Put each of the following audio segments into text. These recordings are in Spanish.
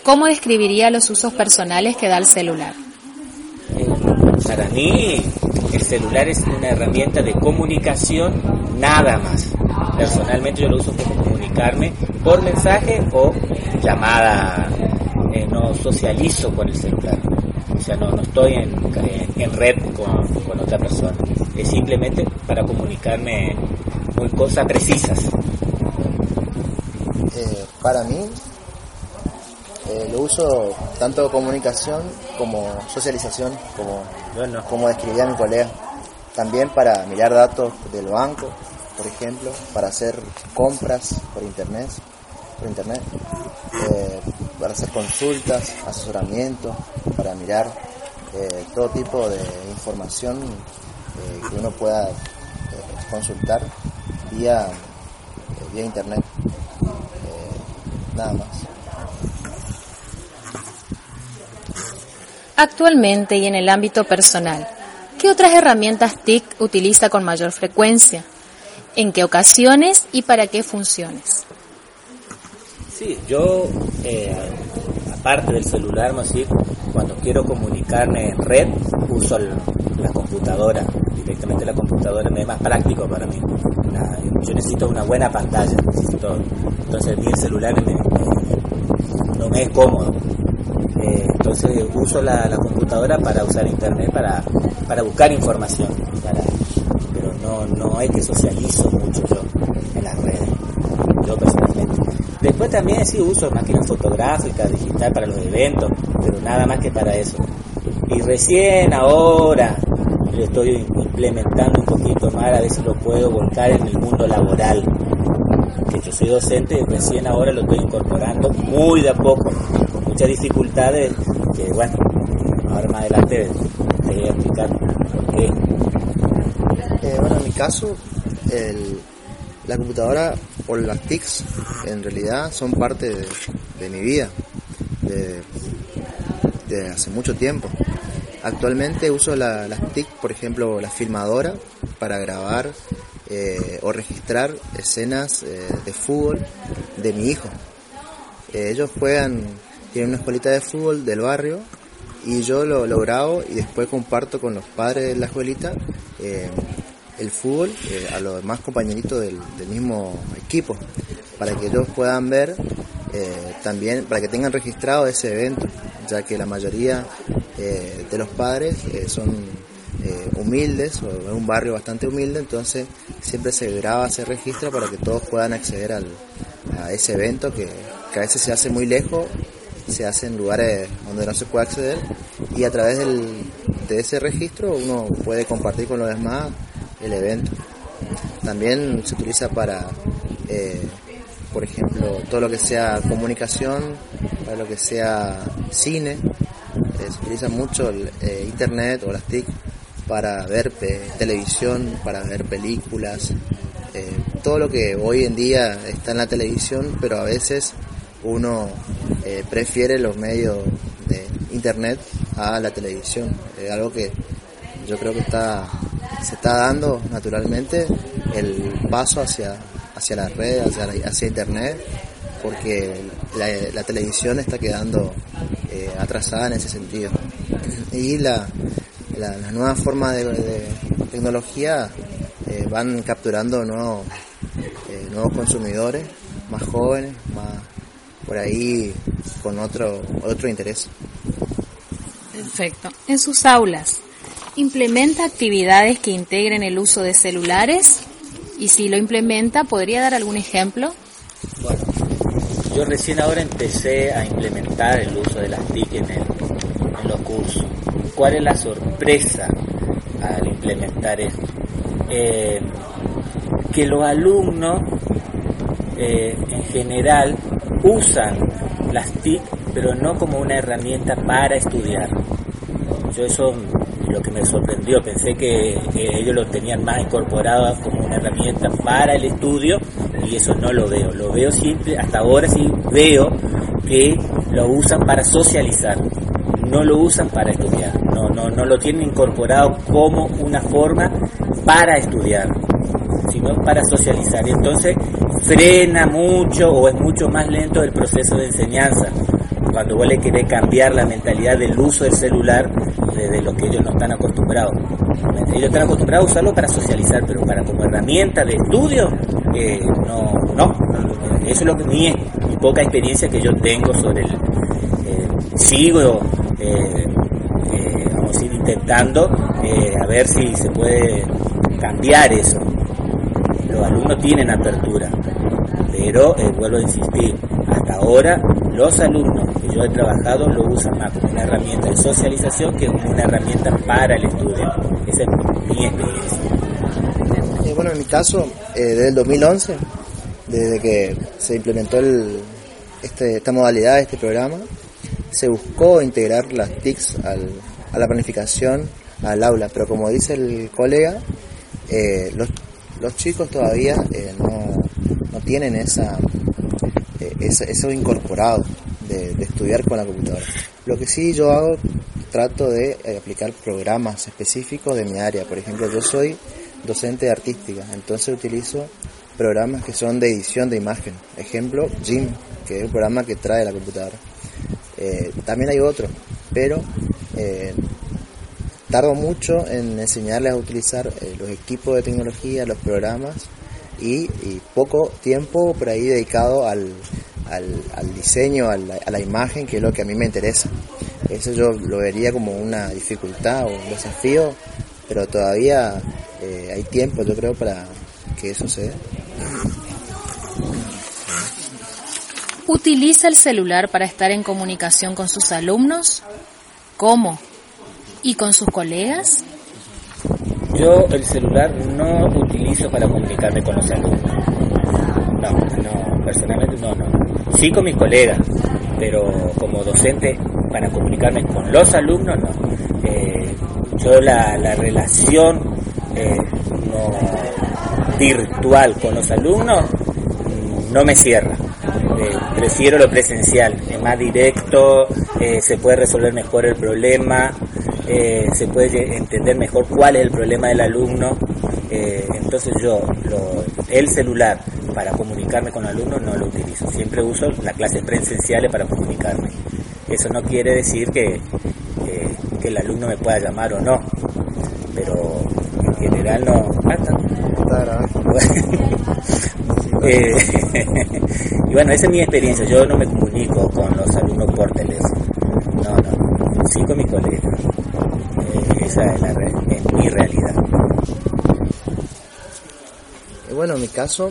¿cómo describiría los usos personales que da el celular? Para mí, el celular es una herramienta de comunicación, nada más. Personalmente yo lo uso para comunicarme por mensaje o llamada. No socializo con el celular. O sea, no estoy en red con otra persona. Es simplemente para comunicarme con cosas precisas. Para mí, lo uso tanto comunicación como socialización, como describía mi colega. También para mirar datos del banco, por ejemplo, para hacer compras por internet, para hacer consultas, asesoramiento, para mirar todo tipo de información que uno pueda consultar vía internet. Nada más. Actualmente y en el ámbito personal, ¿qué otras herramientas TIC utiliza con mayor frecuencia? ¿En qué ocasiones y para qué funciones? Sí, yo, aparte del celular, cuando quiero comunicarme en red, uso la computadora, directamente la computadora, me es más práctico para mí. Yo necesito una buena pantalla, entonces a mí el celular no me es cómodo. Entonces uso la computadora para usar internet, para buscar información, pero no es que socializo mucho yo en las redes, yo personalmente. Después también sí uso máquinas fotográficas, digital para los eventos, pero nada más que para eso. Y recién ahora lo estoy implementando un poquito más, a ver si lo puedo volcar en el mundo laboral. Que yo soy docente y recién ahora lo estoy incorporando muy de a poco, con muchas dificultades, que bueno, ahora más adelante te voy a explicar por qué. Bueno, en mi caso, la computadora o las TICs en realidad son parte de mi vida, de hace mucho tiempo. Actualmente uso las TIC, por ejemplo, la filmadora para grabar o registrar escenas de fútbol de mi hijo. Ellos tienen una escuelita de fútbol del barrio y yo lo grabo y después comparto con los padres de la escuelita el fútbol a los demás compañeritos del mismo equipo, para que ellos puedan ver también, para que tengan registrado ese evento, ya que la mayoría de los padres son humildes, o en un barrio bastante humilde, entonces siempre se graba, se registra para que todos puedan acceder a ese evento que a veces se hace muy lejos, se hace en lugares donde no se puede acceder, y a través de ese registro uno puede compartir con los demás el evento. También se utiliza para por ejemplo, todo lo que sea comunicación, para lo que sea cine. Se utiliza mucho el internet o las TIC para ver televisión, para ver películas, todo lo que hoy en día está en la televisión, pero a veces uno prefiere los medios de internet a la televisión. Es algo que yo creo que se está dando naturalmente el paso hacia las redes, hacia internet, porque la televisión está quedando atrasada en ese sentido. Y las nuevas formas de tecnología van capturando nuevos consumidores, más jóvenes, más por ahí con otro interés. Perfecto. En sus aulas, ¿implementa actividades que integren el uso de celulares? Y si lo implementa, ¿podría dar algún ejemplo? Bueno, yo recién ahora empecé a implementar el uso de las TIC en los cursos. ¿Cuál es la sorpresa al implementar esto? Que los alumnos en general usan las TIC, pero no como una herramienta para estudiar. Yo eso es lo que me sorprendió, pensé que ellos lo tenían más incorporado como una herramienta para el estudio, y eso no lo veo siempre, hasta ahora sí veo que lo usan para socializar, no lo usan para estudiar, no lo tienen incorporado como una forma para estudiar, sino para socializar, y entonces frena mucho o es mucho más lento el proceso de enseñanza, cuando vos le querés cambiar la mentalidad del uso del celular de lo que ellos no están acostumbrados. Ellos están acostumbrados a usarlo para socializar, pero para como herramienta de estudio, no. Eso es lo que mi poca experiencia que yo tengo sobre el... sigo, vamos a ir intentando a ver si se puede cambiar eso. Los alumnos tienen apertura, pero vuelvo a insistir, hasta ahora los alumnos que yo he trabajado lo usan más como una herramienta de socialización que como una herramienta para el estudio. Esa es mi experiencia. Bueno, en mi caso, desde el 2011, desde que se implementó esta modalidad, este programa, se buscó integrar las TICs a la planificación, al aula, pero como dice el colega, los chicos todavía no tienen eso incorporado de estudiar con la computadora. Lo que sí yo hago, trato de aplicar programas específicos de mi área. Por ejemplo, yo soy docente de artística, entonces utilizo programas que son de edición de imagen. Ejemplo, Jim, que es el programa que trae la computadora. También hay otros, pero tardo mucho en enseñarles a utilizar los equipos de tecnología, los programas, y poco tiempo por ahí dedicado al diseño, a la imagen, que es lo que a mí me interesa. Eso yo lo vería como una dificultad o un desafío, pero todavía hay tiempo, yo creo, para que eso se dé. ¿Utiliza el celular para estar en comunicación con sus alumnos? ¿Cómo? ¿Y con sus colegas? Yo el celular no utilizo para comunicarme con los alumnos. No, personalmente no. Sí con mis colegas, pero como docente para comunicarme con los alumnos no. Yo la relación virtual con los alumnos no me cierra. Prefiero lo presencial, es más directo, se puede resolver mejor el problema, se puede entender mejor cuál es el problema del alumno. Entonces yo el celular para comunicarme con alumnos no lo utilizo, siempre uso las clases presenciales para comunicarme. Eso no quiere decir que el alumno me pueda llamar o no, pero en general no. Y bueno, esa es mi experiencia. Yo no me comunico con los alumnos por teléfono, no, sí con mis colegas. Esa es mi realidad. Bueno, en mi caso,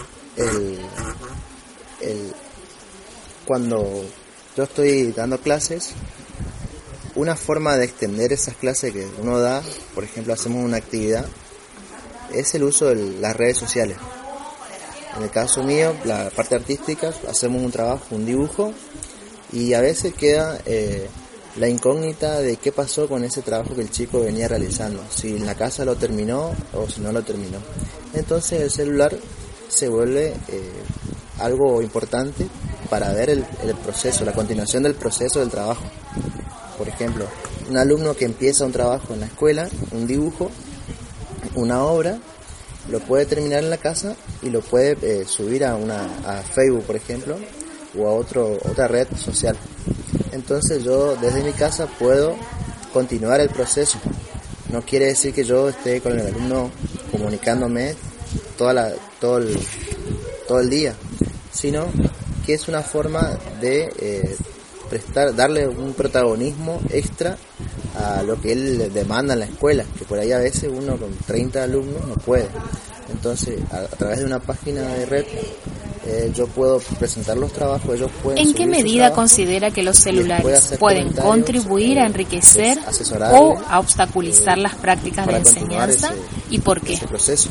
cuando yo estoy dando clases, una forma de extender esas clases que uno da, por ejemplo, hacemos una actividad, es el uso de las redes sociales. En el caso mío, la parte artística, hacemos un trabajo, un dibujo, y a veces queda la incógnita de qué pasó con ese trabajo que el chico venía realizando, si en la casa lo terminó o si no lo terminó. Entonces el celular se vuelve algo importante para ver el proceso, la continuación del proceso del trabajo. Por ejemplo, un alumno que empieza un trabajo en la escuela, un dibujo, una obra, lo puede terminar en la casa y lo puede subir a Facebook, por ejemplo, o a otra red social. Entonces yo desde mi casa puedo continuar el proceso. No quiere decir que yo esté con el alumno comunicándome todo el día, sino que es una forma de darle un protagonismo extra a lo que él demanda en la escuela, que por ahí a veces uno con 30 alumnos no puede. Entonces, a través de una página de red, yo puedo presentar los trabajos, ellos pueden. ¿En qué medida considera que los celulares pueden contribuir a enriquecer o a obstaculizar las prácticas de enseñanza y por qué? Ese proceso.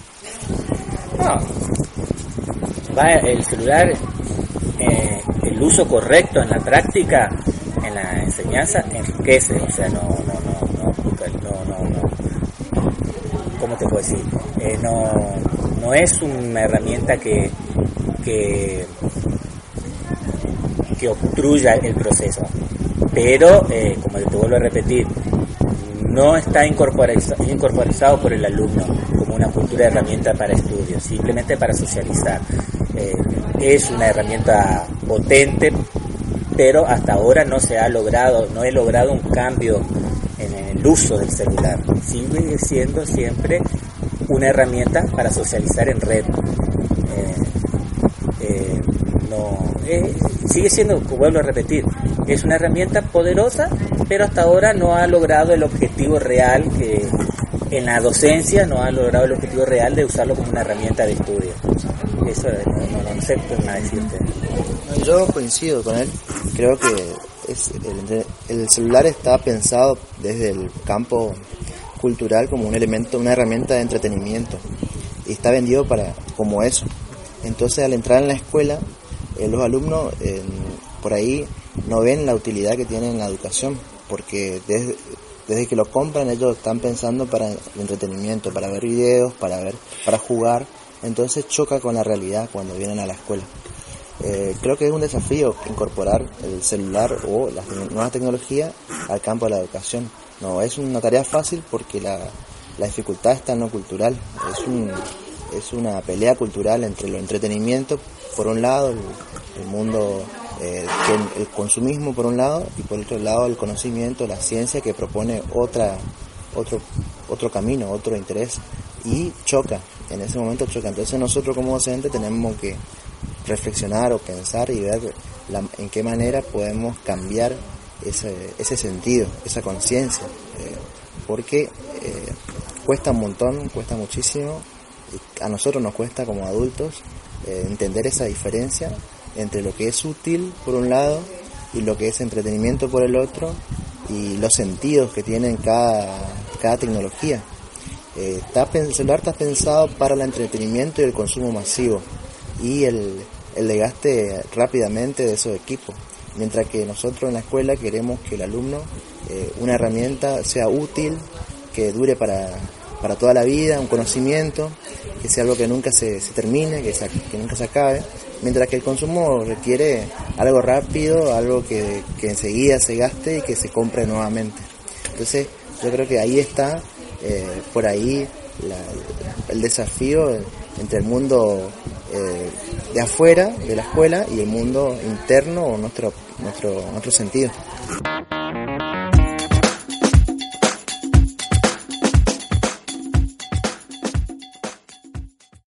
El celular, el uso correcto en la práctica, en la enseñanza, enriquece, o sea, no, ¿cómo te puedo decir? No es una herramienta que obstruya el proceso, pero como te vuelvo a repetir, no está incorporizado por el alumno como una cultura de herramienta para estudio, simplemente para socializar. Es una herramienta potente pero hasta ahora no he logrado un cambio en el uso del celular. Sigue siendo siempre una herramienta para socializar en red. Sigue siendo, vuelvo a repetir, es una herramienta poderosa, pero hasta ahora no ha logrado el objetivo real que en la docencia no ha logrado el objetivo real de usarlo como una herramienta de estudio. Eso no sé qué más decirte. Yo coincido con él. Creo que el celular está pensado desde el campo cultural como un elemento, una herramienta de entretenimiento, y está vendido como eso. Entonces, al entrar en la escuela, los alumnos por ahí no ven la utilidad que tiene en la educación, porque desde que lo compran ellos están pensando para el entretenimiento, para ver videos, para jugar. Entonces choca con la realidad cuando vienen a la escuela. Creo que es un desafío incorporar el celular o las nuevas tecnologías al campo de la educación. No es una tarea fácil porque la dificultad está en lo cultural. Es una pelea cultural entre el entretenimiento por un lado, el mundo, el consumismo por un lado, y por otro lado el conocimiento, la ciencia que propone otro camino, otro interés, y choca, en ese momento choca. Entonces nosotros como docentes tenemos que reflexionar o pensar y ver en qué manera podemos cambiar ese sentido, esa conciencia, porque cuesta un montón, cuesta muchísimo. A nosotros nos cuesta como adultos entender esa diferencia entre lo que es útil por un lado y lo que es entretenimiento por el otro, y los sentidos que tienen cada tecnología. El celular está pensado para el entretenimiento y el consumo masivo y el desgaste rápidamente de esos equipos, mientras que nosotros en la escuela queremos que el alumno, una herramienta sea útil, que dure para toda la vida, un conocimiento, que sea algo que nunca se termine, que nunca se acabe, mientras que el consumo requiere algo rápido, algo que enseguida se gaste y que se compre nuevamente. Entonces yo creo que ahí está, por ahí, el desafío entre el mundo de afuera de la escuela y el mundo interno o nuestro sentido.